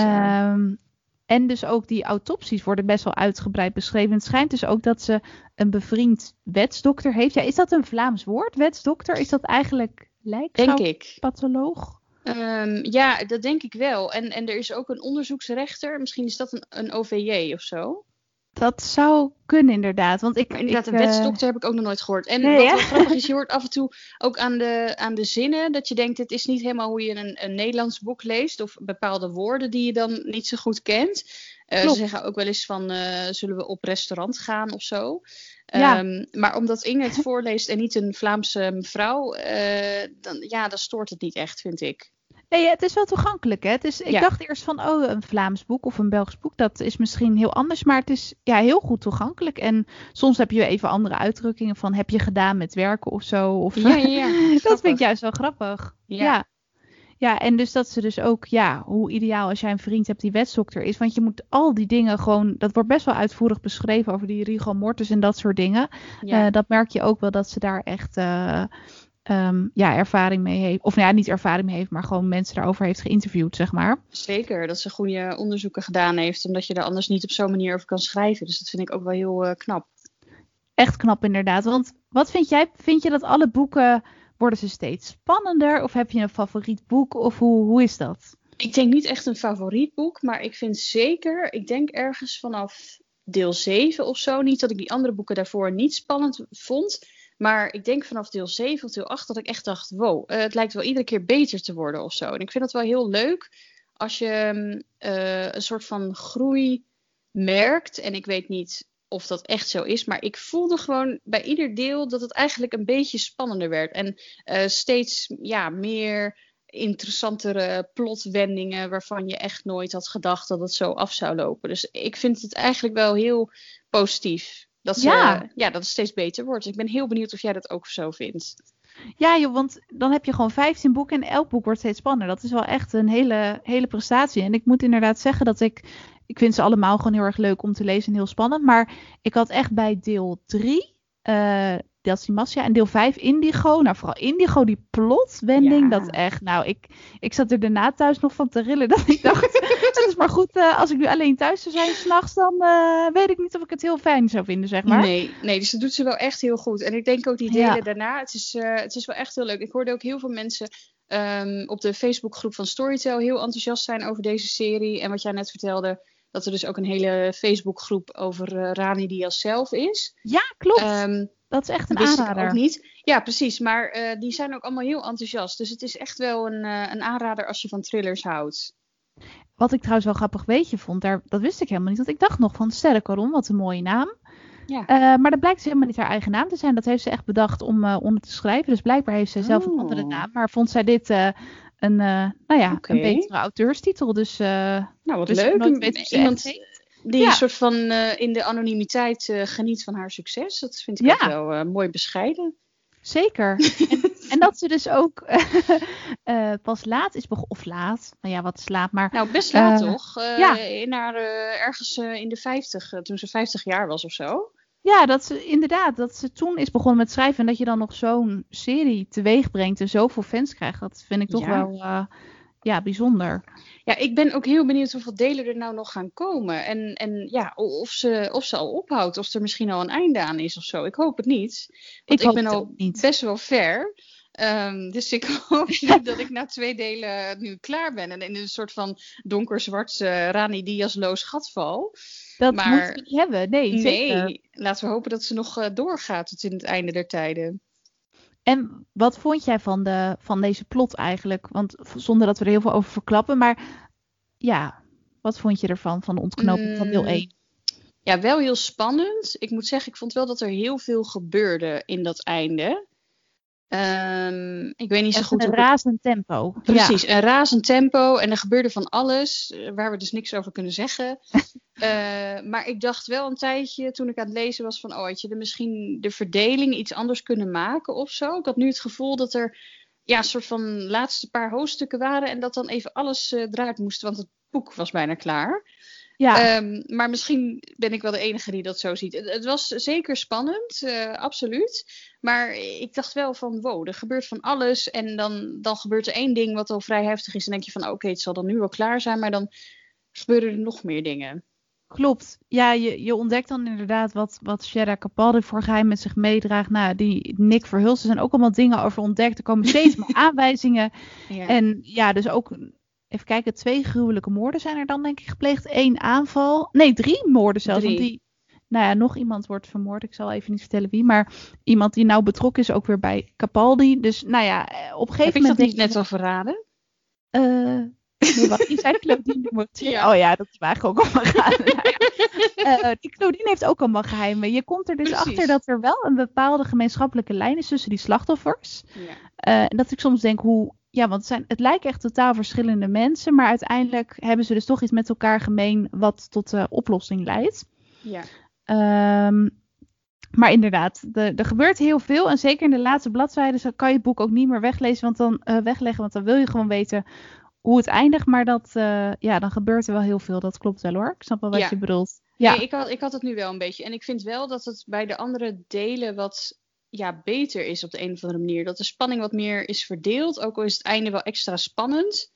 Um, en dus ook die autopsies worden best wel uitgebreid beschreven. Het schijnt dus ook dat ze een bevriend wetsdokter heeft. Ja, is dat een Vlaams woord, wetsdokter? Is dat eigenlijk lijkschouwpatholoog? Um, ja, dat denk ik wel. En, en er is ook een onderzoeksrechter. Misschien is dat een, een O V J of zo. Dat zou kunnen inderdaad. Want ik, maar inderdaad, ik, een wetsdokter uh... heb ik ook nog nooit gehoord. En nee, wat ja? wel grappig is, je hoort af en toe ook aan de, aan de zinnen dat je denkt, dit is niet helemaal hoe je een, een Nederlands boek leest. Of bepaalde woorden die je dan niet zo goed kent. Uh, ze zeggen ook wel eens van, uh, zullen we op restaurant gaan of zo. Ja. Um, maar omdat Inge het voorleest en niet een Vlaamse mevrouw, uh, dan, ja, dan stoort het niet echt, vind ik. Nee, het is wel toegankelijk. Hè? Het is, ik ja. dacht eerst van, oh, een Vlaams boek of een Belgisch boek, dat is misschien heel anders. Maar het is ja, heel goed toegankelijk. En soms heb je even andere uitdrukkingen van, heb je gedaan met werken of zo. Of, ja, ja, ja. Dat vind ik juist wel grappig. Ja. ja. Ja, en dus dat ze dus ook, ja, hoe ideaal als jij een vriend hebt die wetsdokter is. Want je moet al die dingen gewoon, dat wordt best wel uitvoerig beschreven over die rigor mortis en dat soort dingen. Ja. Uh, dat merk je ook wel dat ze daar echt... Uh, Um, ja, ervaring mee heeft. Of nou ja, niet ervaring mee heeft, maar gewoon mensen daarover heeft geïnterviewd, zeg maar. Zeker, dat ze goede onderzoeken gedaan heeft. Omdat je er anders niet op zo'n manier over kan schrijven. Dus dat vind ik ook wel heel uh, knap. Echt knap, inderdaad. Want wat vind jij? Vind je dat alle boeken, worden ze steeds spannender? Of heb je een favoriet boek? Of hoe, hoe is dat? Ik denk niet echt een favoriet boek. Maar ik vind zeker, ik denk ergens vanaf deel zeven of zo. Niet dat ik die andere boeken daarvoor niet spannend vond. Maar ik denk vanaf deel zeven of deel acht dat ik echt dacht, wow, uh, het lijkt wel iedere keer beter te worden of zo. En ik vind het wel heel leuk als je uh, een soort van groei merkt. En ik weet niet of dat echt zo is, maar ik voelde gewoon bij ieder deel dat het eigenlijk een beetje spannender werd. En uh, steeds ja, meer interessantere plotwendingen waarvan je echt nooit had gedacht dat het zo af zou lopen. Dus ik vind het eigenlijk wel heel positief. Dat, ze, ja. ja, dat het steeds beter wordt. Ik ben heel benieuwd of jij dat ook zo vindt. Ja, joh, want dan heb je gewoon vijftien boeken en elk boek wordt steeds spannender. Dat is wel echt een hele, hele prestatie. En ik moet inderdaad zeggen dat ik... Ik vind ze allemaal gewoon heel erg leuk om te lezen en heel spannend. Maar ik had echt bij deel drie... Uh, Delcimassia en deel vijf Indigo. Nou, vooral Indigo, die plotwending. Ja. Dat echt, nou, ik, ik zat er daarna thuis nog van te rillen. Dat ik dacht, Het is maar goed, uh, als ik nu alleen thuis zou zijn 's nachts, dan uh, weet ik niet of ik het heel fijn zou vinden, zeg maar. Nee, nee, dus dat doet ze wel echt heel goed. En ik denk ook die delen Ja. daarna, het is, uh, het is wel echt heel leuk. Ik hoorde ook heel veel mensen um, op de Facebookgroep van Storytel heel enthousiast zijn over deze serie. En wat jij net vertelde, dat er dus ook een hele Facebookgroep over uh, Rani Diaz zelf is. Ja, klopt. Um, dat is echt een wist aanrader. Ik ook niet. Ja, precies. Maar uh, die zijn ook allemaal heel enthousiast. Dus het is echt wel een, uh, een aanrader als je van thrillers houdt. Wat ik trouwens wel grappig weetje vond, daar, dat wist ik helemaal niet. Want ik dacht nog van Sterrenkaron, wat een mooie naam. Ja. Uh, maar dat blijkt dus helemaal niet haar eigen naam te zijn. Dat heeft ze echt bedacht om uh, onder te schrijven. Dus blijkbaar heeft zij zelf oh. een andere naam. Maar vond zij dit uh, een, uh, nou ja, okay. een betere auteurstitel. Dus, uh, nou, wat dus leuk. nooit weet Iemand die ja. een soort van uh, in de anonimiteit uh, geniet van haar succes. Dat vind ik ja. ook wel uh, mooi bescheiden. Zeker. En, en dat ze dus ook uh, pas laat is begonnen. Of laat. Nou ja, wat is laat. Maar, nou, best laat uh, toch? Uh, ja. In haar, uh, ergens uh, in de vijftig. Uh, toen ze vijftig jaar was of zo. Ja, dat ze inderdaad. Dat ze toen is begonnen met schrijven. En dat je dan nog zo'n serie teweeg brengt. En zoveel fans krijgt. Dat vind ik toch ja. wel uh, ja, bijzonder. Ja, ik ben ook heel benieuwd hoeveel delen er nou nog gaan komen. En, en ja, of ze, of ze al ophoudt. Of er misschien al een einde aan is of zo. Ik hoop het niet. Want ik, ik ben al niet. best wel ver. Um, dus ik hoop niet dat ik na twee delen nu klaar ben. En in een soort van donkerzwart uh, Rani Diaz-loos gat val. Dat maar, moeten we niet hebben. Nee, nee zeker. Laten we hopen dat ze nog uh, doorgaat tot in het einde der tijden. En wat vond jij van, de, van deze plot eigenlijk? Want zonder dat we er heel veel over verklappen. Maar ja, wat vond je ervan, van de ontknoping mm, van deel één? Ja, wel heel spannend. Ik moet zeggen, ik vond wel dat er heel veel gebeurde in dat einde. Um, ik weet niet zo Echt goed. Een razend tempo. Precies, ja. een razend tempo. En er gebeurde van alles, waar we dus niks over kunnen zeggen. uh, maar ik dacht wel een tijdje, toen ik aan het lezen was, van oh, had je er misschien de verdeling iets anders kunnen maken of zo? Ik had nu het gevoel dat er ja, een soort van laatste paar hoofdstukken waren en dat dan even alles uh, eruit moest, want het boek was bijna klaar. Ja. Um, maar misschien ben ik wel de enige die dat zo ziet. Het, het was zeker spannend, uh, absoluut. Maar ik dacht wel van, wow, er gebeurt van alles. En dan, dan gebeurt er één ding wat al vrij heftig is. En denk je van, oké, okay, het zal dan nu wel klaar zijn. Maar dan gebeuren er nog meer dingen. Klopt. Ja, je, je ontdekt dan inderdaad wat, wat Sierra Capaldi voor geheim met zich meedraagt. Nou, die Nick Verhulst, er zijn ook allemaal dingen over ontdekt. Er komen steeds meer aanwijzingen. Ja. En ja, dus ook... Even kijken, twee gruwelijke moorden zijn er dan denk ik gepleegd. Eén aanval. Nee, drie moorden zelfs. Drie. Want die, nou ja, nog iemand wordt vermoord. Ik zal even niet vertellen wie. Maar iemand die nou betrokken is ook weer bij Capaldi. Dus nou ja, op een gegeven Heb moment... Heb ik dat niet net al verraden? Uh, nee, wacht, je zei Claudine nummer twee. Ja. Oh ja, dat is eigenlijk ook allemaal geheimen. nou ja. uh, die Claudine heeft ook allemaal geheimen. Je komt er dus Precies. achter dat er wel een bepaalde gemeenschappelijke lijn is tussen die slachtoffers. Ja. Uh, en dat ik soms denk hoe... Ja, want het, zijn, het lijken echt totaal verschillende mensen. Maar uiteindelijk hebben ze dus toch iets met elkaar gemeen wat tot de oplossing leidt. Ja. Um, maar inderdaad, de, er gebeurt heel veel. En zeker in de laatste bladzijden kan je het boek ook niet meer weglezen, want dan, uh, wegleggen. Want dan wil je gewoon weten hoe het eindigt. Maar dat, uh, ja, dan gebeurt er wel heel veel. Dat klopt wel hoor. Ik snap wel wat ja. je bedoelt. Ja, nee, ik, had, ik had het nu wel een beetje. En ik vind wel dat het bij de andere delen wat... ja, beter is op de een of andere manier. Dat de spanning wat meer is verdeeld. Ook al is het einde wel extra spannend.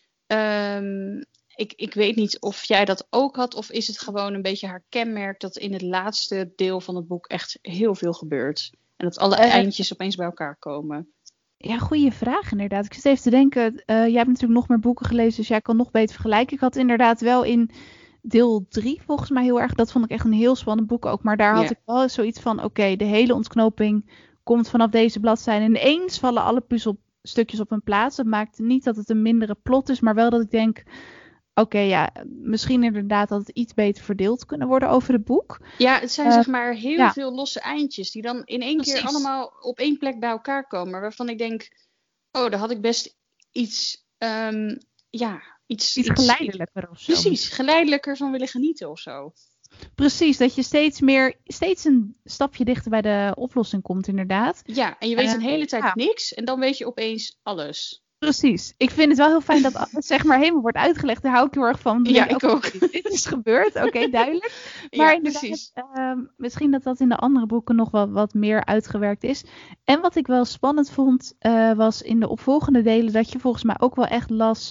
Um, ik, ik weet niet of jij dat ook had. Of is het gewoon een beetje haar kenmerk. Dat in het laatste deel van het boek echt heel veel gebeurt. En dat alle uh, eindjes opeens bij elkaar komen. Ja, goede vraag inderdaad. Ik zit even te denken. Uh, jij hebt natuurlijk nog meer boeken gelezen. Dus jij kan nog beter vergelijken. Ik had inderdaad wel in... deel drie volgens mij heel erg. Dat vond ik echt een heel spannend boek ook. Maar daar had yeah. ik wel zoiets van... Oké, okay, de hele ontknoping komt vanaf deze bladzijde. En ineens vallen alle puzzelstukjes op hun plaats. Dat maakt niet dat het een mindere plot is. Maar wel dat ik denk... Oké, okay, ja, misschien inderdaad dat het iets beter verdeeld kunnen worden over het boek. Ja, het zijn uh, zeg maar heel ja. veel losse eindjes. Die dan in één Precies. keer allemaal op één plek bij elkaar komen. Waarvan ik denk... Oh, daar had ik best iets... Um, ja... Iets, iets geleidelijker of zo. Precies, geleidelijker van willen genieten of zo. Precies, dat je steeds meer, steeds een stapje dichter bij de oplossing komt inderdaad. Ja, en je weet uh, een hele tijd ja. niks en dan weet je opeens alles. Precies, ik vind het wel heel fijn dat alles zeg maar helemaal wordt uitgelegd. Daar hou ik heel erg van. Ja, ik ook. ook. Dit is gebeurd, oké, okay, duidelijk. Maar ja, inderdaad, precies. Uh, misschien dat dat in de andere boeken nog wel wat meer uitgewerkt is. En wat ik wel spannend vond, uh, was in de opvolgende delen dat je volgens mij ook wel echt las...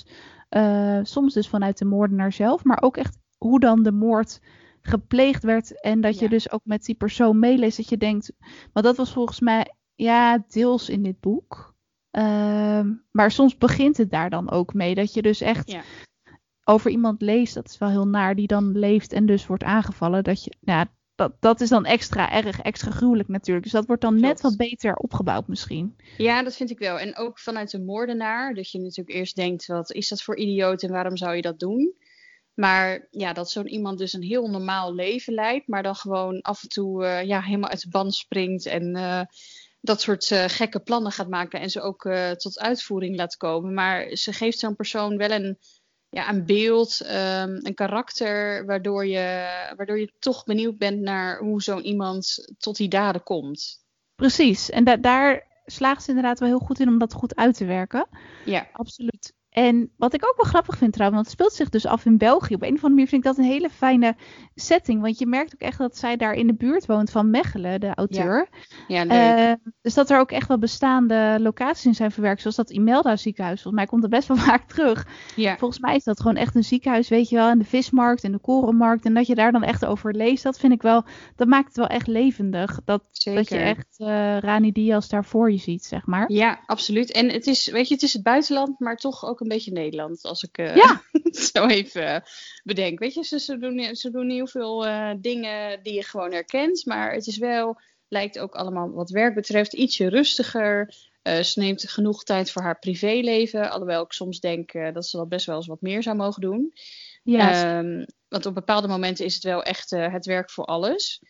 Uh, soms dus vanuit de moordenaar zelf, maar ook echt hoe dan de moord gepleegd werd. En dat je Ja. dus ook met die persoon meeleest dat je denkt, want dat was volgens mij ja deels in dit boek. Uh, maar soms begint het daar dan ook mee. Dat je dus echt Ja. over iemand leest, dat is wel heel naar, die dan leeft en dus wordt aangevallen. Dat je, ja, dat, dat is dan extra erg, extra gruwelijk natuurlijk. Dus dat wordt dan Klopt. net wat beter opgebouwd misschien. Ja, dat vind ik wel. En ook vanuit de moordenaar. Dat je natuurlijk eerst denkt, wat is dat voor idioot en waarom zou je dat doen? Maar ja, dat zo'n iemand dus een heel normaal leven leidt, maar dan gewoon af en toe uh, ja, helemaal uit de band springt en uh, dat soort uh, gekke plannen gaat maken en ze ook uh, tot uitvoering laat komen. Maar ze geeft zo'n persoon wel een, ja, een beeld, um, een karakter, waardoor je, waardoor je toch benieuwd bent naar hoe zo'n iemand tot die daden komt. Precies, en da- daar slaagt ze inderdaad wel heel goed in om dat goed uit te werken. Ja, absoluut. En wat ik ook wel grappig vind trouwens, want het speelt zich dus af in België. Op een of andere manier vind ik dat een hele fijne setting. Want je merkt ook echt dat zij daar in de buurt woont van Mechelen, de auteur. Ja, ja leuk. Uh, dus dat er ook echt wel bestaande locaties in zijn verwerkt. Zoals dat Imelda ziekenhuis. Volgens mij komt dat best wel vaak terug. Ja. Volgens mij is dat gewoon echt een ziekenhuis, weet je wel. En de vismarkt en de korenmarkt. En dat je daar dan echt over leest. Dat vind ik wel, dat maakt het wel echt levendig. Dat, dat je echt uh, Rani Diaz daar voor je ziet, zeg maar. Ja, absoluut. En het is, weet je, het is het buitenland, maar toch ook een beetje Nederland, als ik uh, ja. zo even uh, bedenk. Weet je, ze, ze, doen, ze doen heel veel uh, dingen die je gewoon herkent, maar het is wel, lijkt ook allemaal wat werk betreft, ietsje rustiger. Uh, ze neemt genoeg tijd voor haar privéleven, alhoewel ik soms denk uh, dat ze dat best wel eens wat meer zou mogen doen. Ja. Um, want op bepaalde momenten is het wel echt uh, het werk voor alles.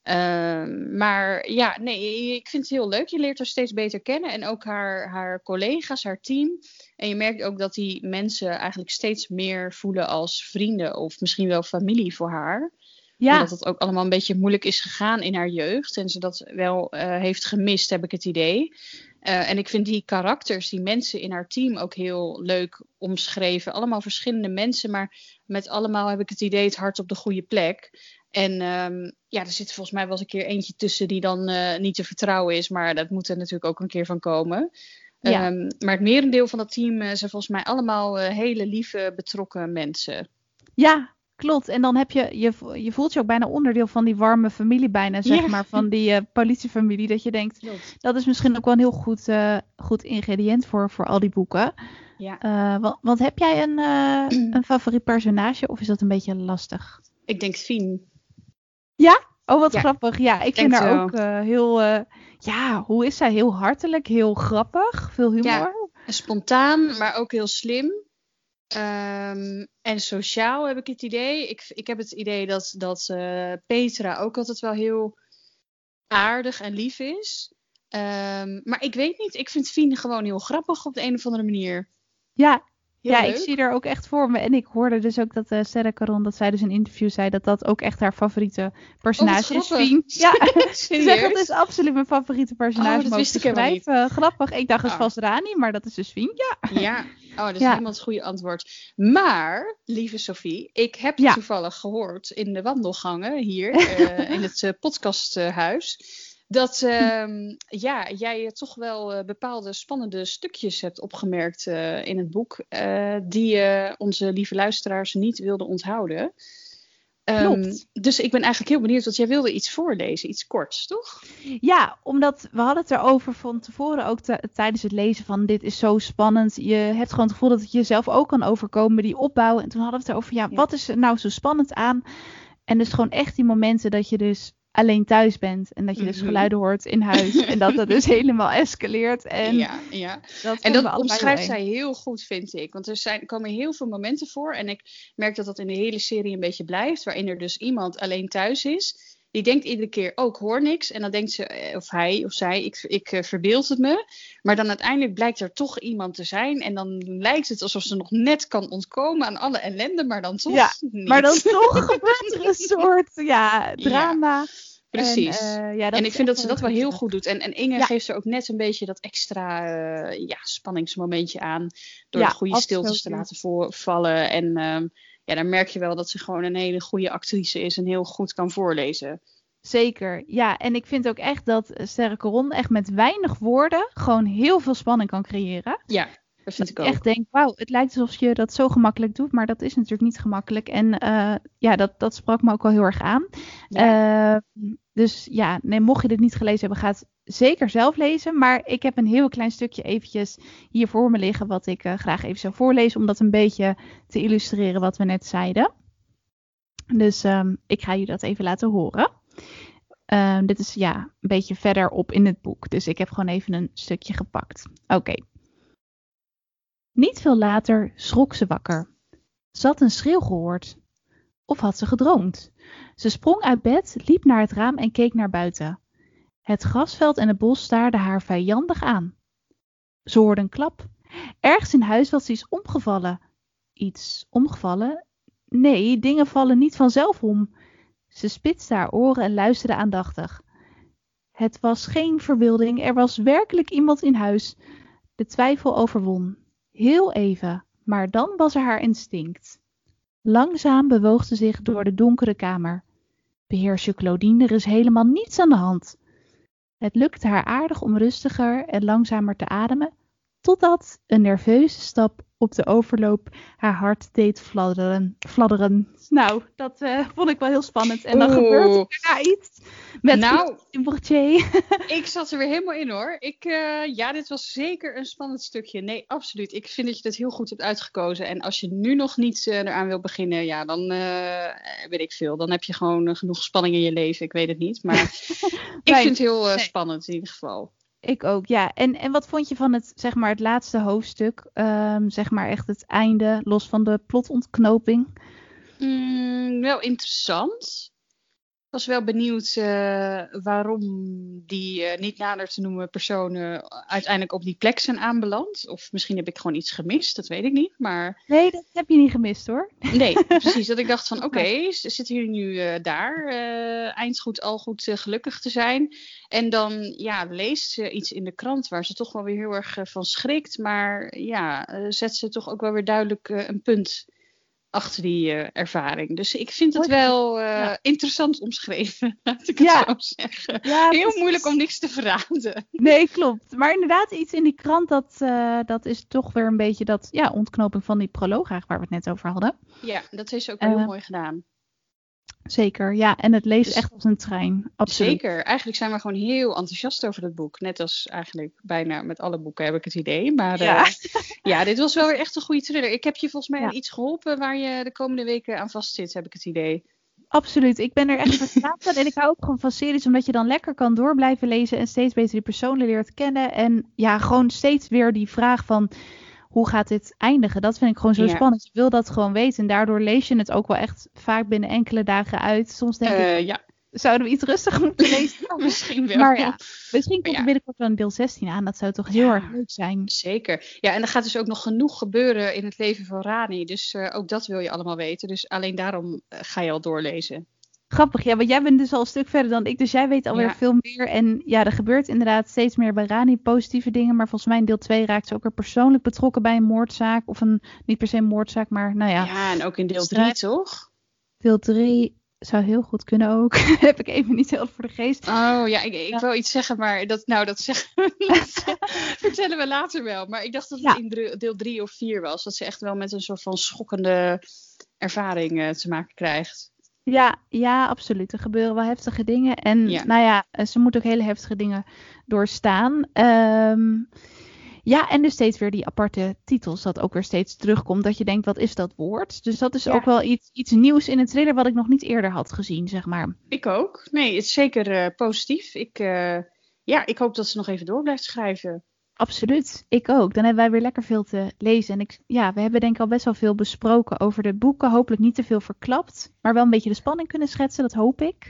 Um, maar ja, nee, ik vind het heel leuk. Je leert haar steeds beter kennen. En ook haar, haar collega's, haar team. En je merkt ook dat die mensen eigenlijk steeds meer voelen als vrienden. Of misschien wel familie voor haar. Ja. Omdat het ook allemaal een beetje moeilijk is gegaan in haar jeugd. En ze dat wel uh, heeft gemist, heb ik het idee. Uh, en ik vind die karakters, die mensen in haar team ook heel leuk omschreven. Allemaal verschillende mensen, maar met allemaal heb ik het idee het hart op de goede plek. En um, ja, er zit volgens mij wel eens een keer eentje tussen die dan uh, niet te vertrouwen is. Maar dat moet er natuurlijk ook een keer van komen. Ja. Um, maar het merendeel van dat team uh, zijn volgens mij allemaal uh, hele lieve, betrokken mensen. Ja, klopt. En dan heb je, je, je voelt je ook bijna onderdeel van die warme familie bijna, zeg ja. maar. Van die uh, politiefamilie. Dat je denkt, klopt. Dat is misschien ook wel een heel goed, uh, goed ingrediënt voor, voor al die boeken. Ja. Uh, want, want heb jij een, uh, een favoriet personage of is dat een beetje lastig? Ik denk Fien. Ja? Oh, wat ja. grappig. Ja, ik vind haar ook uh, heel... Uh, ja, hoe is zij? Heel hartelijk, heel grappig, veel humor. Ja, spontaan, maar ook heel slim. Um, en sociaal heb ik het idee. Ik, ik heb het idee dat, dat uh, Petra ook altijd wel heel aardig en lief is. Um, maar ik weet niet, ik vind Fien gewoon heel grappig op de een of andere manier. Ja, Heel ja, leuk. Ik zie er ook echt voor me. En ik hoorde dus ook dat uh, Sarah Caron, dat zij dus in een interview zei dat dat ook echt haar favoriete personage oh, is. Fien. Ja, ze zegt dat is absoluut mijn favoriete personage. Oh, dat wist ik helemaal niet. Uh, grappig. Ik dacht het oh. vast Rani, maar dat is dus Fien. Ja, ja. Oh, dat is ja. helemaal het goede antwoord. Maar, lieve Sophie, ik heb ja. toevallig gehoord in de wandelgangen hier uh, in het uh, podcasthuis. Uh, Dat uh, ja, jij toch wel uh, bepaalde spannende stukjes hebt opgemerkt uh, in het boek. Uh, die uh, onze lieve luisteraars niet wilden onthouden. Um, dus ik ben eigenlijk heel benieuwd, want jij wilde iets voorlezen, iets korts, toch? Ja, omdat we hadden het erover van tevoren ook te, tijdens het lezen van dit is zo spannend. Je hebt gewoon het gevoel dat het jezelf ook kan overkomen, die opbouw. En toen hadden we het erover, ja, ja. wat is er nou zo spannend aan? En dus gewoon echt die momenten dat je dus alleen thuis bent en dat je dus mm-hmm. geluiden hoort in huis en dat dat dus helemaal escaleert. En ja, ja. dat, en dat omschrijft zij heel goed, vind ik. Want er zijn, komen heel veel momenten voor en ik merk dat dat in de hele serie een beetje blijft, waarin er dus iemand alleen thuis is. Die denkt iedere keer, oh, ik hoor niks. En dan denkt ze, of hij of zij, ik, ik uh, verbeeld het me. Maar dan uiteindelijk blijkt er toch iemand te zijn. En dan lijkt het alsof ze nog net kan ontkomen aan alle ellende, maar dan toch ja, niet. Maar dan toch gebeurt er een soort ja, drama. Ja. Precies. En, uh, ja, dat en ik vind dat ze dat wel heel goed doet. En, en Inge ja. geeft er ook net een beetje dat extra uh, ja, spanningsmomentje aan. Door ja, goede stiltes te laten voor, vallen. En um, ja, dan merk je wel dat ze gewoon een hele goede actrice is. En heel goed kan voorlezen. Zeker, ja. En ik vind ook echt dat Sarah Caron echt met weinig woorden gewoon heel veel spanning kan creëren. Ja. Dat vind Dat ik ik echt ook. denk, wauw, het lijkt alsof je dat zo gemakkelijk doet, maar dat is natuurlijk niet gemakkelijk. En uh, ja, dat, dat sprak me ook wel heel erg aan. Ja. Uh, dus ja, nee, mocht je dit niet gelezen hebben, ga het zeker zelf lezen. Maar ik heb een heel klein stukje eventjes hier voor me liggen, wat ik uh, graag even zou voorlezen, om dat een beetje te illustreren wat we net zeiden. Dus um, ik ga je dat even laten horen. Uh, dit is ja, een beetje verderop in het boek. Dus ik heb gewoon even een stukje gepakt. Oké. Okay. Niet veel later schrok ze wakker. Ze had een schreeuw gehoord. Of had ze gedroomd? Ze sprong uit bed, liep naar het raam en keek naar buiten. Het grasveld en het bos staarden haar vijandig aan. Ze hoorde een klap. Ergens in huis was iets omgevallen. Iets omgevallen? Nee, dingen vallen niet vanzelf om. Ze spitste haar oren en luisterde aandachtig. Het was geen verbeelding, er was werkelijk iemand in huis. De twijfel overwon. Heel even, maar dan was er haar instinct. Langzaam bewoog ze zich door de donkere kamer. Beheersje Claudine, er is helemaal niets aan de hand. Het lukte haar aardig om rustiger en langzamer te ademen, totdat een nerveuze stap op de overloop haar hart deed fladderen. fladderen. Nou, dat uh, vond ik wel heel spannend. En dan Oeh. gebeurt er daar iets met nou, Timbertje. Ik zat er weer helemaal in hoor. Ik, uh, ja, dit was zeker een spannend stukje. Nee, absoluut. Ik vind dat je het heel goed hebt uitgekozen. En als je nu nog niet uh, eraan wil beginnen, ja, dan uh, weet ik veel. Dan heb je gewoon uh, genoeg spanning in je leven. Ik weet het niet. Maar ik vind het heel uh, nee. spannend in ieder geval. Ik ook, ja. En, en wat vond je van het, zeg maar, het laatste hoofdstuk? Um, zeg maar echt het einde, los van de plotontknoping? Mm, wel interessant. Ik was wel benieuwd uh, waarom die uh, niet nader te noemen personen uiteindelijk op die plek zijn aanbeland. Of misschien heb ik gewoon iets gemist, dat weet ik niet. Maar... Nee, dat heb je niet gemist hoor. Nee, precies. Dat ik dacht van oké, okay, ze zitten hier nu uh, daar. Uh, eind goed, al goed uh, gelukkig te zijn. En dan ja, leest ze iets in de krant waar ze toch wel weer heel erg uh, van schrikt. Maar ja, uh, zet ze toch ook wel weer duidelijk uh, een punt achter die uh, ervaring. Dus ik vind het wel uh, ja. interessant omschreven, laat ik het ja. zo zeggen. Ja, heel precies. Moeilijk om niks te verraden. Nee, klopt. Maar inderdaad, iets in die krant, dat, uh, dat is toch weer een beetje dat ja, ontknoping van die proloog eigenlijk, waar we het net over hadden. Ja, dat is ook wel uh, heel mooi gedaan. Zeker, ja. En het leest dus, echt als een trein. Absoluut. Zeker. Eigenlijk zijn we gewoon heel enthousiast over het boek. Net als eigenlijk bijna met alle boeken heb ik het idee. Maar ja, uh, ja dit was wel weer echt een goede thriller. Ik heb je volgens mij ja. aan iets geholpen waar je de komende weken aan vastzit, heb ik het idee. Absoluut. Ik ben er echt verslaafd aan. En ik hou ook gewoon van series, omdat je dan lekker kan door blijven lezen en steeds beter die personen leert kennen. En ja, gewoon steeds weer die vraag van... Hoe gaat dit eindigen? Dat vind ik gewoon zo ja. spannend. Je wil dat gewoon weten. En daardoor lees je het ook wel echt vaak binnen enkele dagen uit. Soms denk uh, ik, ja. zouden we iets rustiger moeten lezen? Misschien wel. Maar ja, misschien komt er binnenkort wel een deel zestien aan. Dat zou toch heel ja, erg leuk zijn. Zeker. Ja, en er gaat dus ook nog genoeg gebeuren in het leven van Rani. Dus uh, ook dat wil je allemaal weten. Dus alleen daarom uh, ga je al doorlezen. Grappig, ja, want jij bent dus al een stuk verder dan ik, dus jij weet alweer ja. veel meer. En ja, er gebeurt inderdaad steeds meer bij Rani positieve dingen, maar volgens mij in deel twee raakt ze ook weer persoonlijk betrokken bij een moordzaak. Of een, niet per se een moordzaak, maar nou ja. Ja, en ook in deel drie, toch? Deel drie zou heel goed kunnen ook. Heb ik even niet heel voor de geest. Oh ja, ik, ik ja. wil iets zeggen, maar dat, nou, dat, zeggen we, dat vertellen we later wel. Maar ik dacht dat het ja. in deel drie of vier was, dat ze echt wel met een soort van schokkende ervaring uh, te maken krijgt. Ja, ja, absoluut. Er gebeuren wel heftige dingen. En ja. nou ja, ze moet ook hele heftige dingen doorstaan. Um, ja, en dus steeds weer die aparte titels. Dat ook weer steeds terugkomt. Dat je denkt, wat is dat woord? Dus dat is ja. ook wel iets, iets nieuws in het thriller wat ik nog niet eerder had gezien, zeg maar. Ik ook. Nee, het is zeker uh, positief. Ik, uh, ja, ik hoop dat ze nog even door blijft schrijven. Absoluut, ik ook. Dan hebben wij weer lekker veel te lezen. En ik, ja, we hebben denk ik al best wel veel besproken over de boeken. Hopelijk niet te veel verklapt. Maar wel een beetje de spanning kunnen schetsen, dat hoop ik.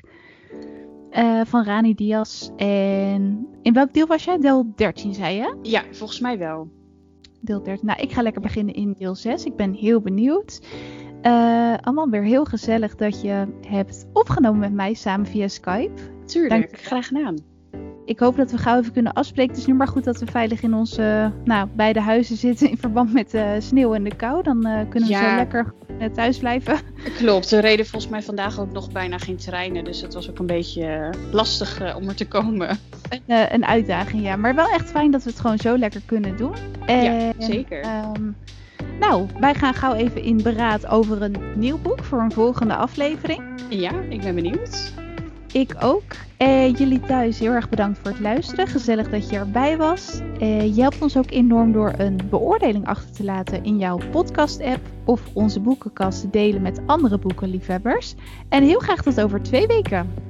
Uh, van Rani Diaz. En in welk deel was jij? Deel dertien, zei je? Ja, volgens mij wel. Deel dertien. Nou, ik ga lekker beginnen in deel zes. Ik ben heel benieuwd. Uh, allemaal weer heel gezellig dat je hebt opgenomen met mij samen via Skype. Tuurlijk, Dank graag gedaan. Ik hoop dat we gauw even kunnen afspreken. Het is nu maar goed dat we veilig in onze, nou, beide huizen zitten in verband met de uh, sneeuw en de kou. Dan uh, kunnen we ja. zo lekker uh, thuis blijven. Klopt, er reden volgens mij vandaag ook nog bijna geen treinen. Dus het was ook een beetje uh, lastig uh, om er te komen. Een, uh, een uitdaging, ja. Maar wel echt fijn dat we het gewoon zo lekker kunnen doen. En, ja, zeker. Um, nou, wij gaan gauw even in beraad over een nieuw boek voor een volgende aflevering. Ja, ik ben benieuwd. Ik ook. Uh, jullie thuis heel erg bedankt voor het luisteren. Gezellig dat je erbij was. Uh, je helpt ons ook enorm door een beoordeling achter te laten in jouw podcast-app. Of onze boekenkast te delen met andere boekenliefhebbers. En heel graag tot over twee weken.